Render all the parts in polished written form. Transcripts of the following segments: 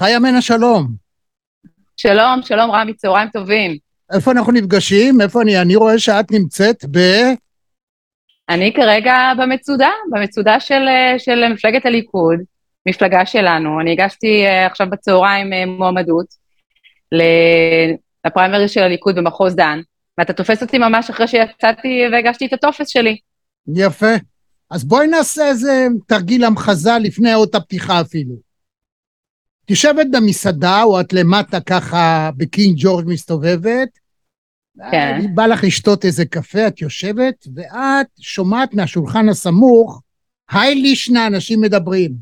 חיה מנה, שלום. שלום, שלום רמי, צהריים טובים. איפה אנחנו נפגשים? איפה אני רואה שאת נמצאת אני כרגע במצודה של מפלגת הליכוד, מפלגה שלנו. אני הגשתי עכשיו בצהריים מועמדות לפריימריז של הליכוד במחוז דן, ואתה תופס אותי ממש אחרי שיצאתי והגשתי את הטופס שלי. יפה. אז בואי נעשה איזה תרגיל המחזה לפני אות הפתיחה אפילו. תשבת במסעדה, או את למטה ככה בקינג ג'ורג' מסתובבת, כן. בא לך לשתות איזה קפה, את יושבת, ואת שומעת מהשולחן הסמוך, היי לישנה, אנשים מדברים.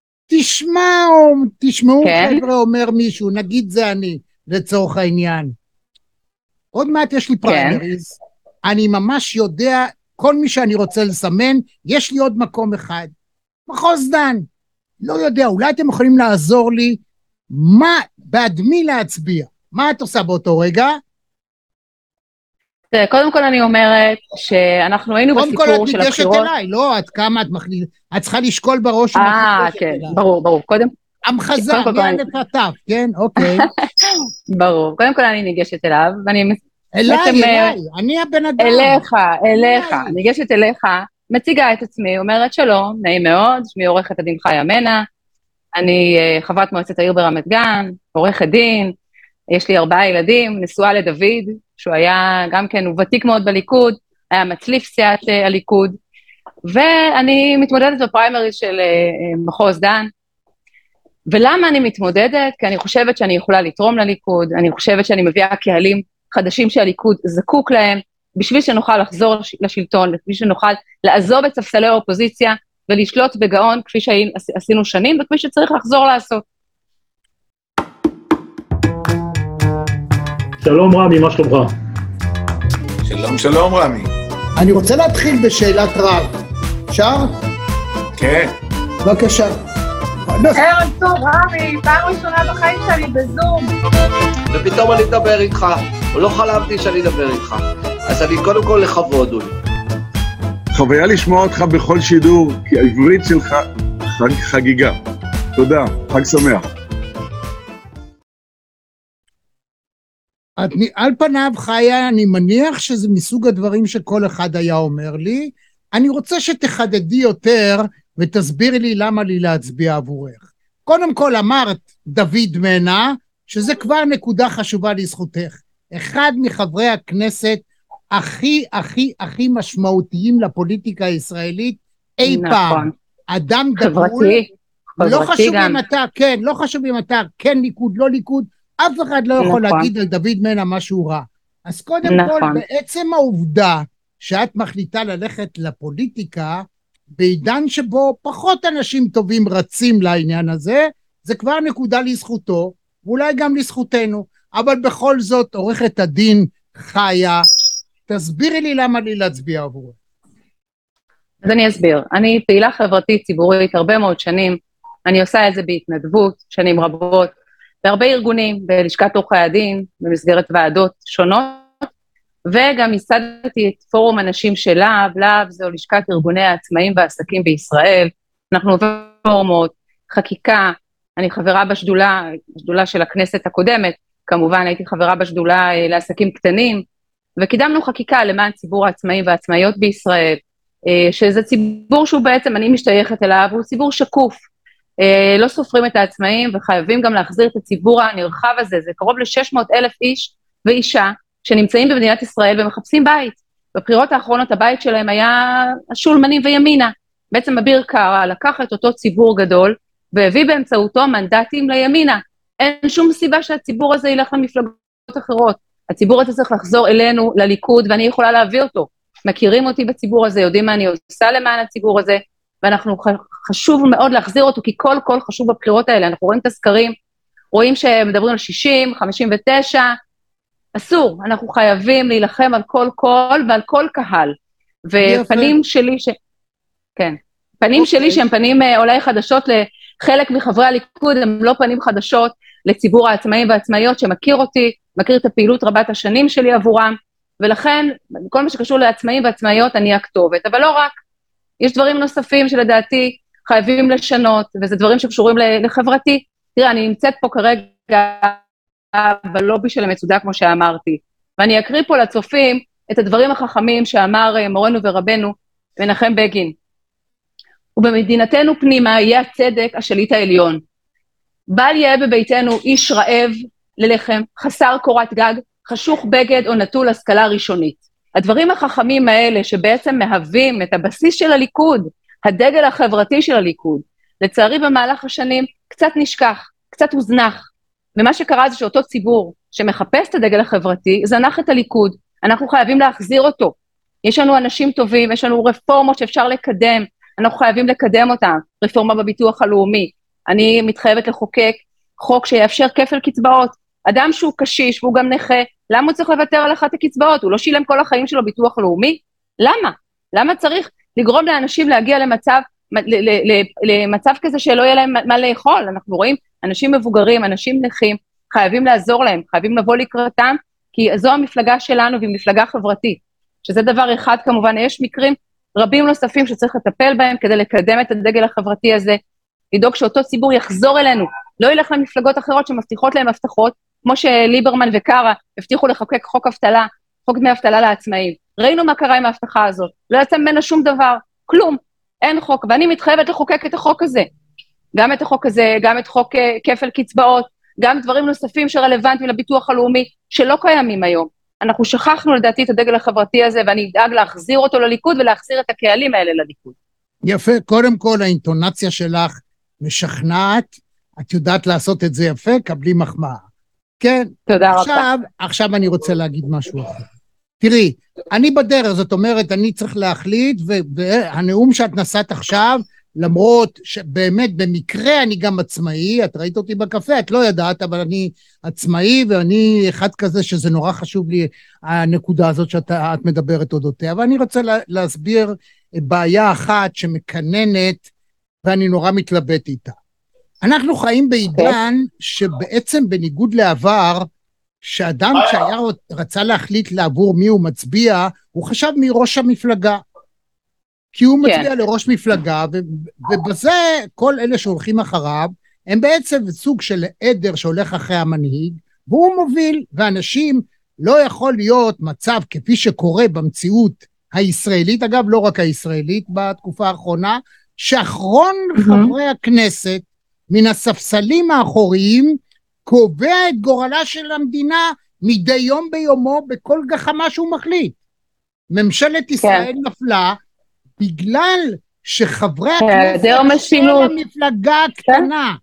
תשמעו כן? חבר'ה, אומר מישהו, נגיד זה אני, לצורך העניין. עוד מעט יש לי פריימריז, אני ממש יודע, כל מי שאני רוצה לסמן, יש לי עוד מקום אחד. מחוז דן. לא יודע, אולי אתם יכולים לעזור לי, בעד מי להצביע? מה את עושה באותו רגע? קודם כל אני אומרת שאנחנו היינו בסיפור של הבחירות. קודם כל את ניגשת אליי, לא, עד כמה את מחליטה, את צריכה לשקול בראש. כן, ברור. המחזה, מהנפתף, כן? אוקיי. ברור. קודם כל אני ניגשת אליו, ואני... אליי, אני הבן אדם. אליך, ניגשת אליך, מציגה את עצמי, אומרת שלום, נעים מאוד, שמי עורכת הדין חיה מנה, אני חברת מועצת העיר ברמת גן, עורכת דין, יש לי 4 ילדים, נשואה לדוד, שהוא היה גם כן, הוא ותיק מאוד בליכוד, היה מצליף סיעת הליכוד, ואני מתמודדת בפריימריז של מחוז דן. ולמה אני מתמודדת? כי אני חושבת שאני יכולה לתרום לליכוד, אני חושבת שאני מביאה קהלים חדשים שהליכוד זקוק להם, בשביל שנוכל לחזור לשלטון, בשביל שנוכל לעזוב את ספסלי האופוזיציה, ולשלוט בגאון כפי שעשינו שנים, וכפי שצריך לחזור לעשות. שלום רמי, מה שלומך? שלום רמי. אני רוצה להתחיל בשאלת רב. אפשר? כן. בבקשה. ערב טוב רמי, פעם ראשונה בחיים שלי בזום. ופתאום אני אדבר איתך, לא חלמתי שאני אדבר איתך. אז אני קודם כל לכבוד הוא. חוויה לשמוע אותך בכל שידור, כי העברית שלך חגיגה. תודה, חג שמח. על פניו חיה, אני מניח שזה מסוג הדברים שכל אחד היה אומר לי, אני רוצה שתחדדי יותר ותסבירי לי למה לי להצביע עבורך. קודם כל אמרת דוד מנה, שזה כבר נקודה חשובה לזכותך. אחד מחברי הכנסת הכי משמעותיים לפוליטיקה הישראלית אי פעם. אדם דגול, לא חשוב אם אתה כן ליכוד, לא ליכוד, אף אחד לא יכול להגיד על דוד מנה משהו רע. אז קודם כל, בעצם העובדה שאת מחליטה ללכת לפוליטיקה, בעידן שבו פחות אנשים טובים רצים לעניין הזה, זה כבר נקודה לזכותו, ואולי גם לזכותנו, אבל בכל זאת, עורכת הדין חיה, תסבירי לי למה לי להצביע עבורו. אז אני אסביר, אני פעילה חברתית ציבורית הרבה מאוד שנים, אני עושה את זה בהתנדבות, שנים רבות, בהרבה ארגונים, בלשכת עורכי הדין, במסגרת ועדות שונות, וגם ייסדתי את פורום אנשים של להב זו לשכת ארגוני העצמאים והעסקים בישראל, אנחנו עוברים פורמות, חקיקה, אני חברה בשדולה של הכנסת הקודמת, כמובן הייתי חברה בשדולה לעסקים קטנים, וקידמנו חקיקה למען ציבור העצמאים והעצמאיות בישראל, שזה ציבור שהוא בעצם, אני משתייכת אליו, הוא ציבור שקוף, לא סופרים את העצמאים, וחייבים גם להחזיר את הציבור הנרחב הזה, זה קרוב ל-600,000 איש ואישה, שנמצאים במדינת ישראל ומחפשים בית. בבחירות האחרונות הבית שלהם היה השולמנים וימינה. בעצם אביר קארה לקח את אותו ציבור גדול, והביא באמצעותו מנדטים לימינה. אין שום סיבה שהציבור הזה ילך למפלגות אחרות. הציבור הזה צריך לחזור אלינו, לליכוד, ואני יכולה להביא אותו. מכירים אותי בציבור הזה, יודעים מה אני עושה למען הציבור הזה, ואנחנו חשוב מאוד להחזיר אותו, כי כל חשוב בבחירות האלה. אנחנו רואים את הסקרים, רואים שמדברים על 60, 59, אסור, אנחנו חייבים להילחם על כל קול ועל כל קהל. ופנים שלי פנים שלי שהם פנים אולי חדשות לחלק מחברי הליכוד, הם לא פנים חדשות לציבור העצמאים והעצמאיות שמכיר אותי, מכיר את הפעילות רבת השנים שלי עבורם, ולכן כל מה שקשור לעצמאים ועצמאיות אני הכתובת, אבל לא רק, יש דברים נוספים שלדעתי חייבים לשנות, וזה דברים שקשורים לחברתי, תראה, אני נמצאת פה כרגע בלובי של המצודה, כמו שאמרתי, ואני אקריא פה לצופים את הדברים החכמים שאמר מורנו ורבנו מנחם בגין. ובמדינתנו פנימה יהיה הצדק השליט העליון. בל יהיה בביתנו איש רעב ללחם, חסר קורת גג, חשוך בגד או נטול השכלה ראשונית. הדברים החכמים האלה שבעצם מהווים את הבסיס של הליכוד, הדגל החברתי של הליכוד, לצערי במהלך השנים קצת נשכח, קצת הוזנח. ומה שקרה זה שאותו ציבור שמחפש את הדגל החברתי, זנח את הליכוד. אנחנו חייבים להחזיר אותו. יש לנו אנשים טובים, יש לנו רפורמות שאפשר לקדם, אנחנו חייבים לקדם אותם. רפורמה בביטוח הלאומי. אני מתחייבת לחוקק חוק שיאפשר כפל קצבאות. אדם שהוא קשיש והוא גם נכה, למה הוא צריך לוותר על אחת הקצבאות? הוא לא שילם כל החיים שלו ביטוח לאומי? למה? למה צריך לגרום לאנשים להגיע למצב כזה שלא יהיה להם מה לאכול? אנחנו רואים אנשים מבוגרים, אנשים נכים, חייבים לעזור להם, חייבים לבוא לקראתם, כי זו המפלגה שלנו והיא מפלגה חברתית, שזה דבר אחד כמובן. יש מקרים רבים נוספים שצריך לטפל בהם כדי לקדם את הדגל החברתי הזה, לדאוג שאותו ציבור יחזור אלינו, לא ילך למפלגות אחרות שמבטיחות להם הבטחות, כמו שליברמן וקרה הבטיחו לחוקק חוק אבטלה, חוק דמי אבטלה לעצמאים. ראינו מה קרה עם ההבטחה הזאת, לא יצא ממנה שום דבר, כלום, אין חוק, ואני מתחייבת לחוקק את החוק הזה, גם את החוק הזה, גם את חוק כפל קצבאות, גם דברים נוספים שרלוונטיים לביטוח הלאומי, שלא קיימים היום. אנחנו שכחנו לדעתי את הדגל החברתי הזה, ואני אדאג להחזיר אותו לליכוד, ולהחזיר את הקהלים האלה לליכוד. יפה, קודם כל האינטונציה שלך משכנעת, את יודעת לעשות את זה יפה, קבלי מחמאה. כן, תודה רבה. עכשיו אני רוצה להגיד משהו אחר. תראי, אני בדרך, זאת אומרת, אני צריך להחליט, והנאום שאת נשאת עכשיו, למרות שבאמת במקרה אני גם עצמאי, את ראית אותי בקפה, את לא ידעת, אבל אני עצמאי, ואני אחד כזה שזה נורא חשוב לי, הנקודה הזאת שאת מדברת אודותיה, ואני רוצה להסביר בעיה אחת שמקננת, ואני נורא מתלבט איתה. אנחנו חיים בעידן שבעצם בניגוד לעבר, שאדם שהיה רצה להחליט לעבור מי הוא מצביע, הוא חשב מראש המפלגה. כי הוא מצביע לראש מפלגה, ובזה כל אלה שהולכים אחריו, הם בעצם סוג של עדר שהולך אחרי המנהיג, והוא מוביל, ואנשים לא יכול להיות מצב כפי שקורה במציאות הישראלית, אגב לא רק הישראלית בתקופה האחרונה, שאחרון חברי הכנסת מן הספסלים האחוריים, קובע את גורלה של המדינה מדי יום ביומו בכל גחמה שהוא מחליט. ממשלת ישראל נפלה בגלל שחברי הכנסת של המפלגה הקטנה,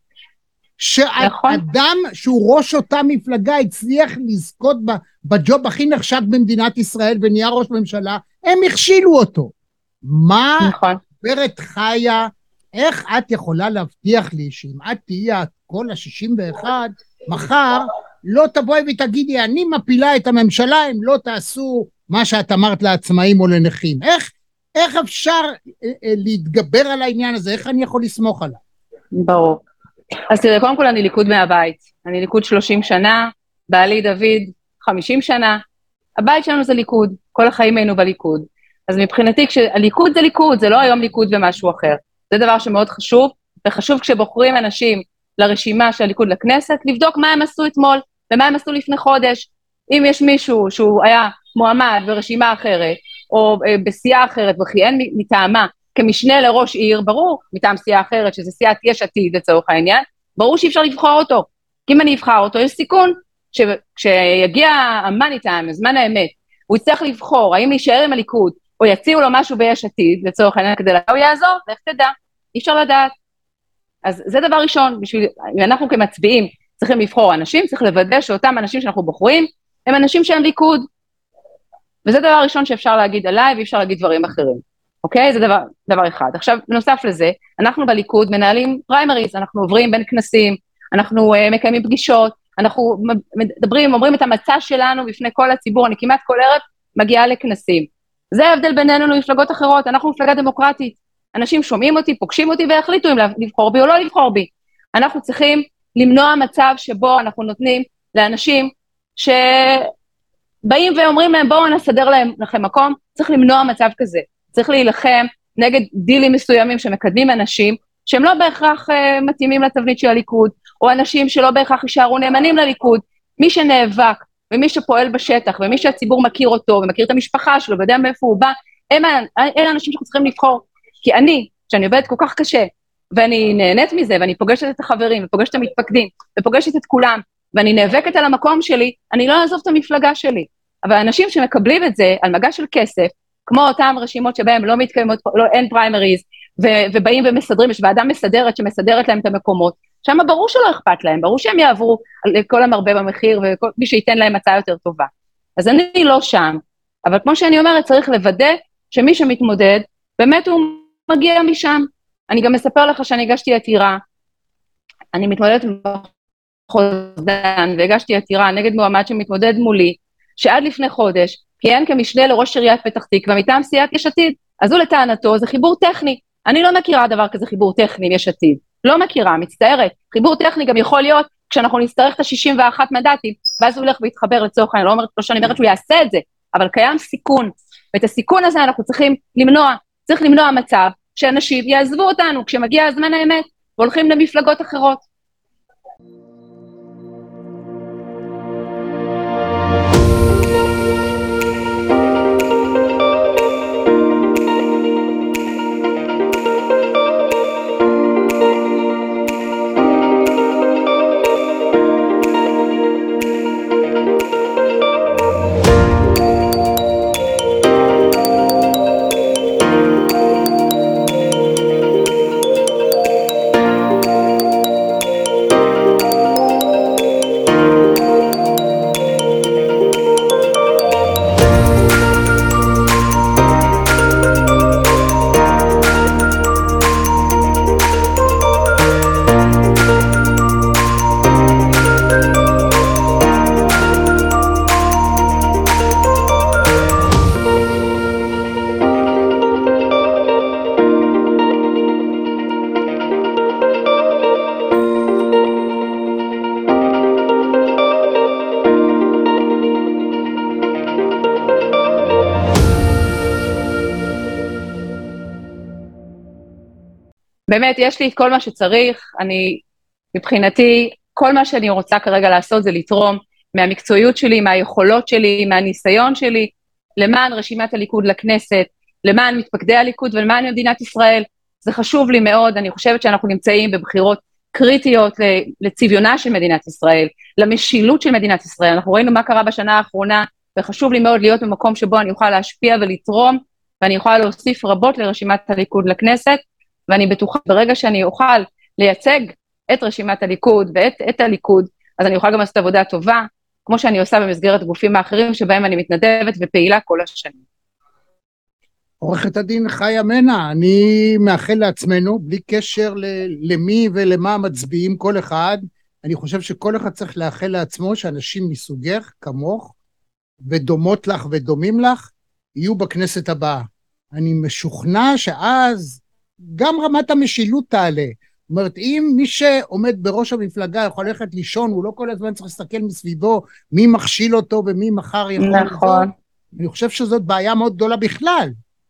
שאדם שהוא ראש אותה מפלגה הצליח לזכות בג'וב הכי נחשק במדינת ישראל ונהיה ראש ממשלה, הם הכשילו אותו. מה גברת חיה, איך את יכולה להבטיח לי שאם את תהיה כל ה-61, מחר לא תבואי ותגידי, אני מפילה את הממשלה אם לא תעשו מה שאת אמרת לעצמאים או לנכים. איך אפשר להתגבר על העניין הזה? איך אני יכול לסמוך עליו? ברור. אז תראה, קודם כל אני ליכוד מהבית. אני ליכוד 30 שנה, בעלי דוד 50 שנה. הבית שלנו זה ליכוד, כל החיים היינו בליכוד. אז מבחינתי, כשהליכוד זה ליכוד, זה לא היום ליכוד ומשהו אחר. זה דבר שמאוד חשוב, וחשוב כשבוחרים אנשים לרשימה של הליכוד לכנסת, לבדוק מה הם עשו אתמול, ומה הם עשו לפני חודש. אם יש מישהו שהוא היה מועמד ברשימה אחרת, או בסיעה אחרת, וכיהן מטעמה כמשנה לראש עיר, ברור, מטעם סיעה אחרת, שזה סיעת יש עתיד לצורך העניין, ברור שאי אפשר לבחור אותו. כי אם אני אבחר אותו, יש סיכון שכשיגיע המאני טיים, הזמן האמת, הוא יצטרך לבחור, האם להישאר עם הליכוד, או יציעו לו משהו ביש עתיד, לצורך העניין כדי הוא יעזור, ואיך תדע, אי אפשר לדעת. אז זה דבר ראשון, אם אנחנו כמצביעים צריכים לבחור אנשים, צריך לוודא שאותם אנשים שאנחנו בוחרים, הם אנשים שהם ליכוד. וזה דבר ראשון שאפשר להגיד עליי, ואי אפשר להגיד דברים אחרים. אוקיי? זה דבר אחד. עכשיו, בנוסף לזה, אנחנו בליכוד מנהלים פריימריז, אנחנו עוברים בין כנסים, אנחנו מקיימים פגישות, אנחנו מדברים, אומרים את המצע שלנו בפני כל הציבור, אני כמעט כל ערב מגיעה לכנסים. זה ההבדל בינינו למפלגות אחרות, אנחנו מפלגה דמוקרטית. אנשים שומעים אותי, פוגשים אותי והחליטו אם לבחור בי או לא לבחור בי. אנחנו צריכים למנוע מצב שבו אנחנו נותנים לאנשים שבאים ואומרים להם בואו נסדר לכם מקום, צריך למנוע מצב כזה. צריך להילחם נגד דילים מסוימים שמקדמים אנשים שהם לא בהכרח מתאימים לתבנית של הליכוד, או אנשים שלא בהכרח יישארו נאמנים לליכוד, מי שנאבק ומי שפועל בשטח ומי שהציבור מכיר אותו ומכיר את המשפחה שלו ויודע מאיפה הוא בא, אלה אנשים שאנחנו צריכים לבחור. כי אני, שאני עובדת כל כך קשה, ואני נהנית מזה, ואני פוגשת את החברים, ופוגשת את המתפקדים, ופוגשת את כולם, ואני נאבקת על המקום שלי, אני לא אעזוב את המפלגה שלי. אבל האנשים שמקבלים את זה על מגע של כסף, כמו אותם רשימות שבהם לא מתקיימות, אין פריימריז, ובאים ומסדרים, יש ועדה מסדרת שמסדרת להם את המקומות, שם ברור שלא אכפת להם, ברור שהם יעברו לכל המרבה במחיר, ומי שייתן להם הצעה יותר טובה. אז אני לא שם, אבל כמו שאני אומרת, צריך לוודא שמי שמתמודד, באמת הוא מגיע משם. אני גם מספר לך שאני הגשתי עתירה, אני מתמודדת במחוז דן, והגשתי עתירה נגד מועמד שמתמודד מולי, שעד לפני חודש, כיהן כמשנה לראש עיריית פתח תקווה, מטעם סיעת יש עתיד. אז הוא לטענתו, זה חיבור טכני. אני לא מכירה דבר כזה חיבור טכני עם יש עתיד. לא מכירה, מצטערת. חיבור טכני גם יכול להיות כשאנחנו נצטרך את ה-61 מנדטים, ואז הוא הולך והתחבר לצורך, אני לא שאני אומרת שהוא יעשה את זה, אבל קיים סיכון. ואת הסיכון הזה אנחנו צריכים למנוע. צריך למנוע מצב שאנשים יעזבו אותנו כשמגיע הזמן האמת, והולכים למפלגות אחרות. באמת, יש לי את כל מה שצריך, מבחינתי, כל מה שאני רוצה כרגע לעשות זה לתרום מהמקצועיות שלי, מהיכולות שלי, מהניסיון שלי, למען רשימת הליכוד לכנסת, למען מתפקדי הליכוד ולמען מדינת ישראל. זה חשוב לי מאוד, אני חושבת שאנחנו נמצאים בבחירות קריטיות לצביונה של מדינת ישראל, למשילות של מדינת ישראל. אנחנו ראינו מה קרה בשנה האחרונה, וחשוב לי מאוד להיות במקום שבו אני אוכל להשפיע ולתרום, ואני אוכל להוסיף רבות לרשימת הליכוד לכנסת, ואני בטוחה ברגע שאני אוכל לייצג את רשימת הליכוד ואת הליכוד, אז אני אוכל גם לעשות עבודה טובה, כמו שאני עושה במסגרת גופים האחרים, שבהם אני מתנדבת ופעילה כל השנים. עורכת הדין חיה מנע, אני מאחל לעצמנו, בלי קשר למי ולמה מצביעים כל אחד, אני חושב שכל אחד צריך לאחל לעצמו שאנשים מסוגך, כמוך, ודומות לך ודומים לך, יהיו בכנסת הבאה. אני משוכנע שאז גם רמת המשילות תעלה. זאת אומרת, אם מי שעומד בראש המפלגה יכול ללכת לישון, הוא לא כל הזמן צריך להסתכל מסביבו, מי מכשיל אותו ומי מחר יכול לזאת. נכון. אני חושב שזאת בעיה מאוד גדולה בכלל.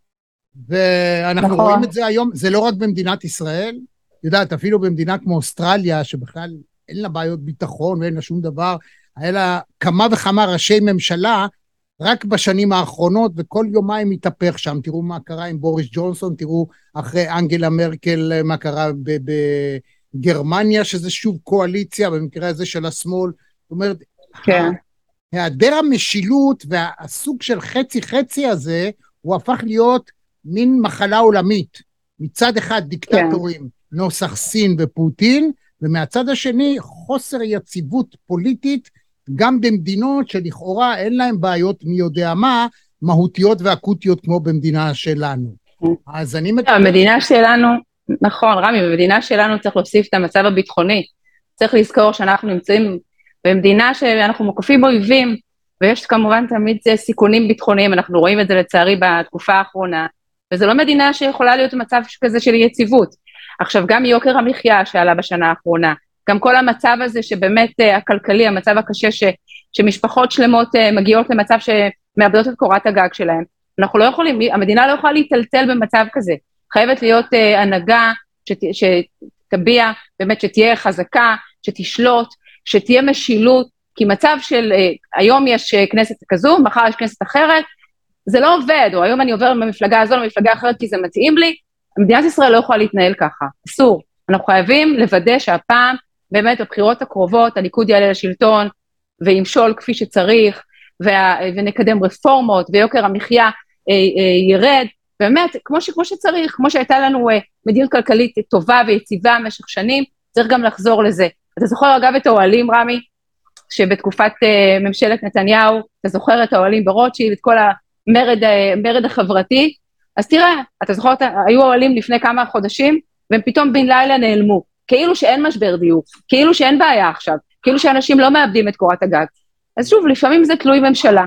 ואנחנו רואים את זה היום, זה לא רק במדינת ישראל, יודעת, אפילו במדינה כמו אוסטרליה, שבכלל אין לה בעיות ביטחון ואין לה שום דבר, היה לה כמה וכמה ראשי ממשלה, רק בשנים האחרונות, וכל יומיים מתהפך שם. תראו מה קרה עם בוריס ג'ונסון, תראו אחרי אנגלה מרקל מה קרה בגרמניה, שזה שוב קואליציה, במקרה הזה של השמאל. זאת אומרת, כן. היעדר המשילות והסוג של חצי-חצי הזה, הוא הפך להיות מין מחלה עולמית. מצד אחד דיקטטורים, נוסח סין ופוטין, ומהצד השני חוסר יציבות פוליטית, גם במדינות שלכאורה אין להם בעיות מי יודע מה, מהותיות ואקוטיות כמו במדינה שלנו. אז אני המדינה שלנו, נכון, רמי, במדינה שלנו צריך להוסיף את המצב הביטחוני. צריך לזכור שאנחנו נמצאים במדינה שאנחנו מוקפים אויבים, ויש כמובן תמיד סיכונים ביטחוניים, אנחנו רואים את זה לצערי בתקופה האחרונה, וזו לא מדינה שיכולה להיות מצב כזה של יציבות. עכשיו, גם יוקר המחיה שעלה בשנה האחרונה, גם כל המצב הזה שבאמת הכלכלי, המצב הקשה שמשפחות שלמות מגיעות למצב שמאבדות את קורת הגג שלהם. אנחנו לא יכולים, המדינה לא יכולה להיטלטל במצב כזה. חייבת להיות הנהגה שתביע, באמת שתהיה חזקה, שתשלוט, שתהיה משילות, כי מצב של היום יש כנסת כזו, מחר יש כנסת אחרת, זה לא עובד, או היום אני עובר ממפלגה הזו למפלגה אחרת כי זה מתאים לי, מדינת ישראל לא יכולה להתנהל ככה, אסור. אנחנו חייבים לוודא שהפעם, באמת בבחירות הקרובות, הליכוד יעלה לשלטון, וימשול כפי שצריך, ונקדם רפורמות, ויוקר המחיה ירד, באמת, כמו שצריך, כמו שהייתה לנו מדיניות כלכלית טובה ויציבה במשך שנים, צריך גם לחזור לזה. אתה זוכר אגב את האוהלים, רמי, שבתקופת ממשלת נתניהו, אתה זוכר את האוהלים ברוטשילד, את כל המרד החברתי, אז תראה, אתה זוכר, היו אוהלים לפני כמה חודשים, והם פתאום בן לילה נעלמו, כאילו שאין משבר דיור, כאילו שאין בעיה עכשיו, כאילו שאנשים לא מאבדים את קורת הגג. אז שוב, לפעמים זה תלוי ממשלה.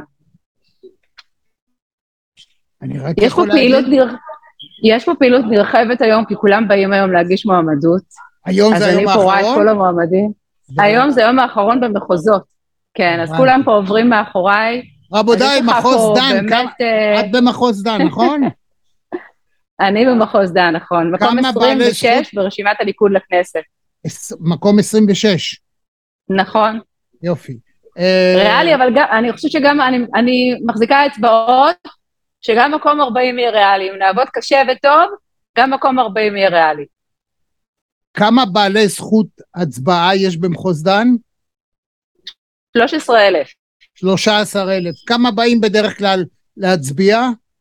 יש פה פעילות נרחבת היום, כי כולם באים היום להגיש מועמדות. היום זה היום האחרון? אז אני פה רואה את כל המועמדים. היום זה היום האחרון במחוזות. כן, אז כולם פה עוברים מאחוריי. רבותיי, מחוז דן, את במחוז דן, נכון? אני במחוז דן, נכון. מקום 26 ברשימת הליכוד לכנסת. מקום 26. נכון. יופי. ריאלי, אבל אני חושבת שגם אני מחזיקה אצבעות, שגם מקום 40 יהיה ריאלי. אם נעבוד קשה וטוב, גם מקום 40 יהיה ריאלי. כמה בעלי זכות הצבעה יש במחוז דן? 13,000. 13,000. כמה באים בדרך כלל להצביע?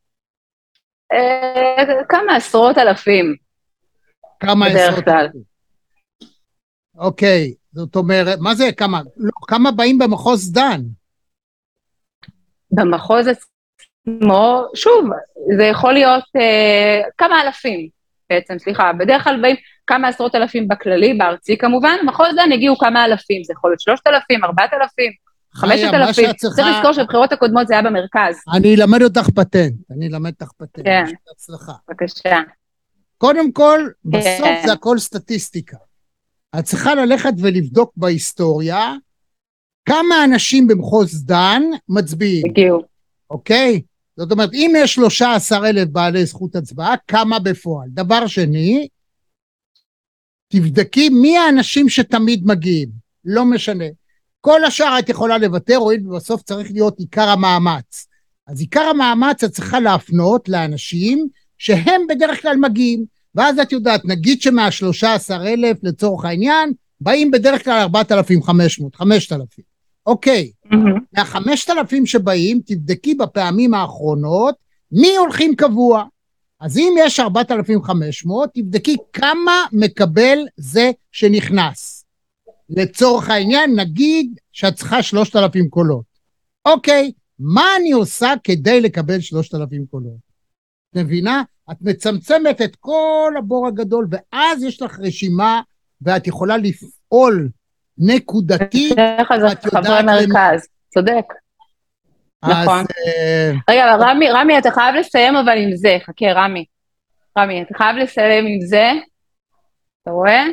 כמה עשרות אלפים. כמה עשרות אלפים. אוקיי, זאת אומרת, מה זה כמה? לא, כמה באים במחוז דן? במחוז עצמו, שוב, זה יכול להיות כמה אלפים בעצם, סליחה, בדרך כלל באים כמה עשרות אלפים בכללי, בארצי כמובן, במחוז דן הגיעו כמה אלפים, זה יכול להיות 3,000, 4,000, 5,000, צריך לזכור שבבחירות הקודמות זה היה במרכז. אני אלמד אותך פטנט, כן, הצלחה. בבקשה. קודם כל, בסוף זה הכל סטטיסטיקה. את צריכה ללכת ולבדוק בהיסטוריה, כמה אנשים במחוז דן מצביעים. הגיעו. אוקיי? זאת אומרת, אם יש 13,000 בעלי זכות הצבעה, כמה בפועל? דבר שני, תבדקי מי האנשים שתמיד מגיעים. לא משנה. כל השאר את יכולה לוותר, או בסוף צריך להיות עיקר המאמץ. אז עיקר המאמץ את צריכה להפנות לאנשים שהם בדרך כלל מגיעים. ואז את יודעת, נגיד שמה-13,000 לצורך העניין, באים בדרך כלל 4,500, 5,000. אוקיי, מה-5,000 שבאים, תבדקי בפעמים האחרונות, מי הולכים קבוע. אז אם יש 4,500, תבדקי כמה מקבל זה שנכנס. לצורך העניין, נגיד שאת צריכה 3,000 קולות. אוקיי, מה אני עושה כדי לקבל 3,000 קולות? מבינה? את מצמצמת את כל הבור הגדול, ואז יש לך רשימה, ואת יכולה לפעול נקודתית. את חברי מרכז, צודק. נכון. רגע, רמי, אתה חייב לסיים אבל עם זה, חכה, רמי, אתה חייב לסיים עם זה, אתה רואה?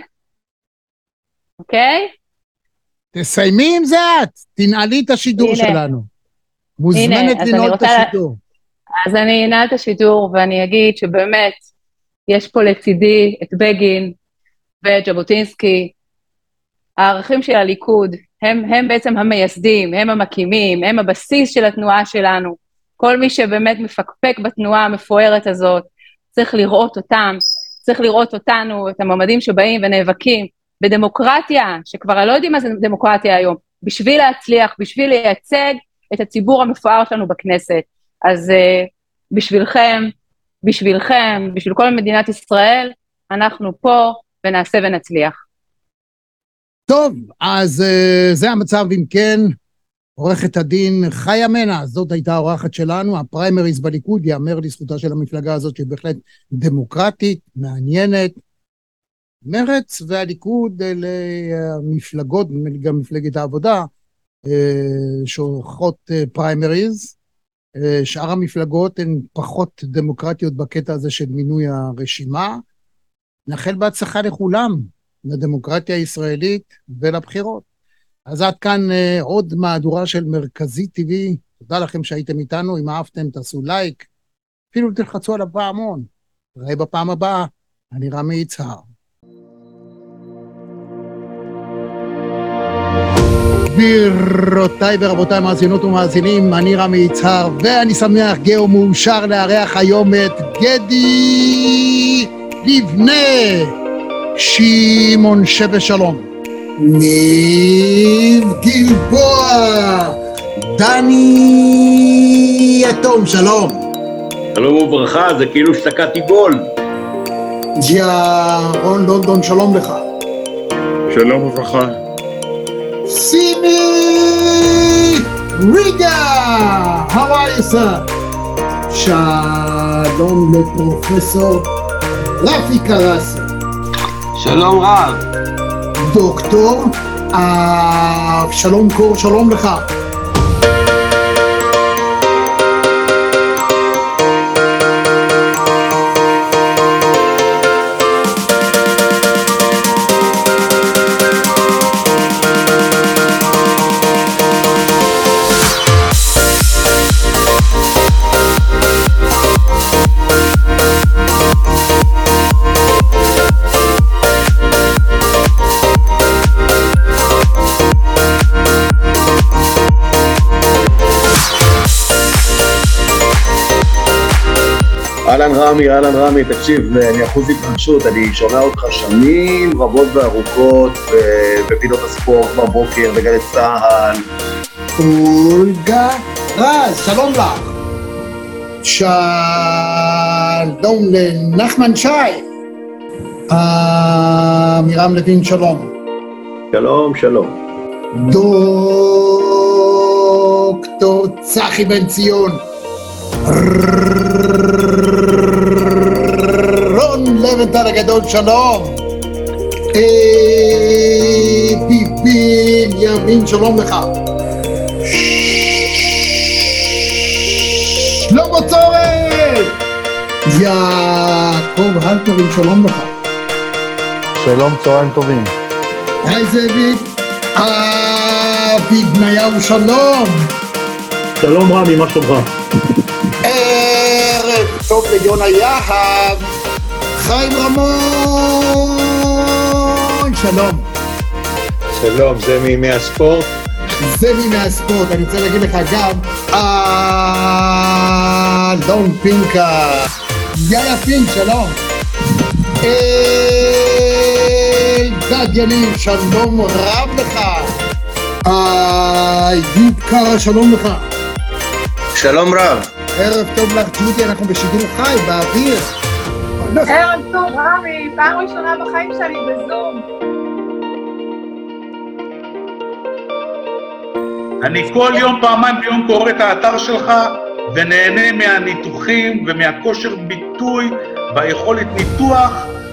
אוקיי? תסיימי עם זה את, תנעלי את השידור שלנו. מוזמנת לנעול את השידור. אז אני אנעל את השידור ואני אגיד שבאמת יש פה לצידי את בגין ואת ז'בוטינסקי, הערכים של הליכוד, הם בעצם המייסדים, הם המקימים, הם הבסיס של התנועה שלנו. כל מי שבאמת מפקפק בתנועה המפוארת הזאת, צריך לראות אותם, צריך לראות אותנו, את המועמדים שבאים ונאבקים בדמוקרטיה, שכבר לא יודעים מה זה דמוקרטיה היום, בשביל להצליח, בשביל לייצג את הציבור המפואר שלנו בכנסת. אז בשבילכם, בשביל כל מדינת ישראל, אנחנו פה ונעשה ונצליח. טוב, אז זה המצב. אם כן, עורכת הדין חיה מנע, זאת הייתה האורחת שלנו. הפריימריז בליכוד, יאמר לזכותה של המפלגה הזאת שהיא בהחלט דמוקרטית, מעניינת. מרץ והליכוד אלה מפלגות, גם מפלגת העבודה, שעורכות פריימריז. שאר המפלגות הן פחות דמוקרטיות בקטע הזה של מינוי הרשימה. נאחל בהצלחה לכולם, לדמוקרטיה הישראלית ולבחירות. אז עד כאן עוד מהדורה של מרכזי טבעי. תודה לכם שהייתם איתנו. אם אהבתם תעשו לייק, אפילו תלחצו על הפעמון. נראה בפעם הבאה. אני רמי יצהר. גבירותיי ורבותיי מאזינות ומאזינים, אני רמי יצהר, ואני שמח גאו מאושר לארח היום את גדי לבנה, שמעון שווה שלום, ניב גלבוע, דני יתום שלום. שלום וברכה, זה כאילו שתקעתי גול. רון לונדון שלום לך. שלום וברכה. סימי ריגה, how are you sir? שלום לפרופסור רפי קרסי. שלום רב. דוקטור שלום קור, שלום לך. אהלן רמי, תקשיב, אני אחוז התרגשות, אני שומע אותך שנים רבות וארוכות בפינות הספורט בבוקר, בגלי צהל. אולגה רז, שלום לך. שלום לנחמן שי. מירם לוין, שלום. שלום. דוקטור צחי בן ציון. רון לבנטל הגדול, שלום. ביבין ימין, שלום לך. שלמה צורן. יעקב הלפרין, שלום לך. שלום, צהריים טובים. היי זאביק. אבי בניהו, שלום. שלום רמי, מה שלומך? ערב טוב ליונה יהב. חיים רמון, שלום. שלום, זה מימי הספורט? זה מימי הספורט, אני רוצה להגיד לך גם דון פינקה. יאללה פינק, שלום. אלדד יניב, שלום רב לך. יוב קרה, שלום לך. שלום רב. ערב טוב לך ג'ודי, אנחנו בשידור חי, באוויר. ערב טוב רמי, פעם ראשונה בחיים שלי בזום. אני כל יום, פעמיים ביום קורא את האתר שלך ונהנה מהניתוחים ומהכושר ביטוי והיכולת ניתוח